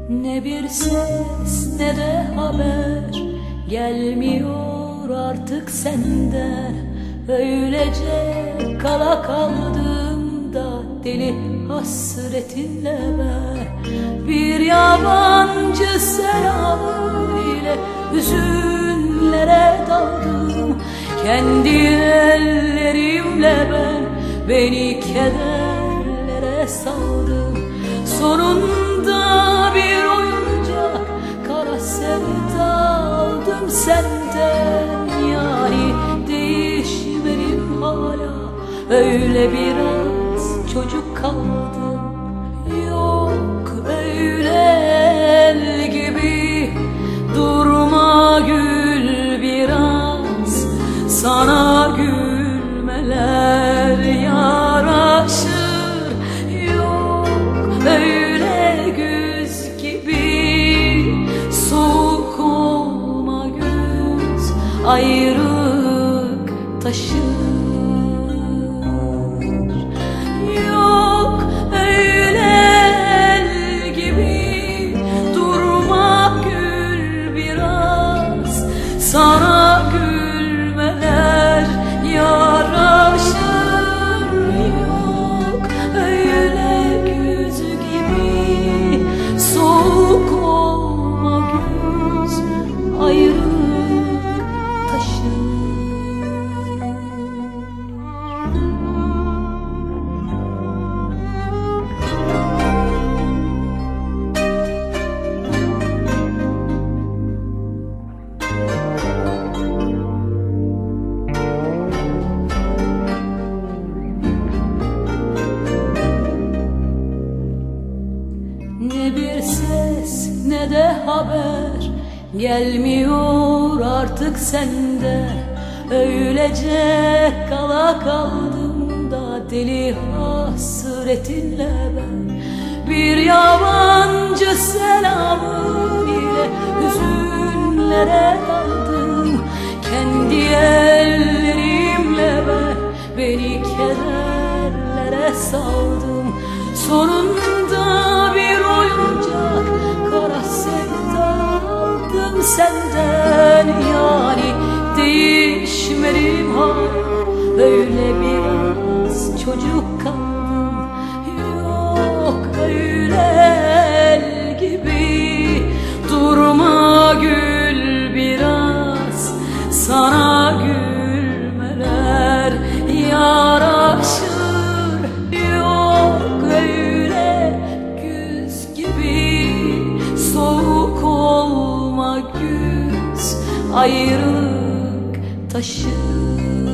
Ne bir ses ne de haber gelmiyor artık senden. Öylece kala kaldım da deli hasretinle ben. Bir yabancı selam ile hüzünlere daldım. Kendi ellerimle ben beni kederlere saldım. Sonunda bir oyuncak kara sevda aldım senden. Yani değişmedim hala, öyle biraz çocuk kaldım. Yok öyle el gibi durma, gül biraz. Sana gülmeler yaraşır. Yok öyle güz gibi soğuk olma göz, ayrılık taşır. Yok öyle el gibi durma, gül biraz. Sana gülmeler yaraşır. Yok öyle güz gibi soğuk olma göz, ayrılık taşır. Ne bir ses ne de haber gelmiyor artık senden. Öylece kala kaldım da deli hasretinle ben. Bir yabancı selamın ile hüzünlere daldım. Kendi ellerimle ben beni kederlere saldım. Sonunda bir oyuncak kara sevda aldım senden. Yani değişmedim hala, öyle biraz çocuk kaldım. Yok öyle el gibi durma, gül biraz. Sana gülmeler yaraşır. Yok öyle güz gibi soğuk olma güz, ayrılık taşır.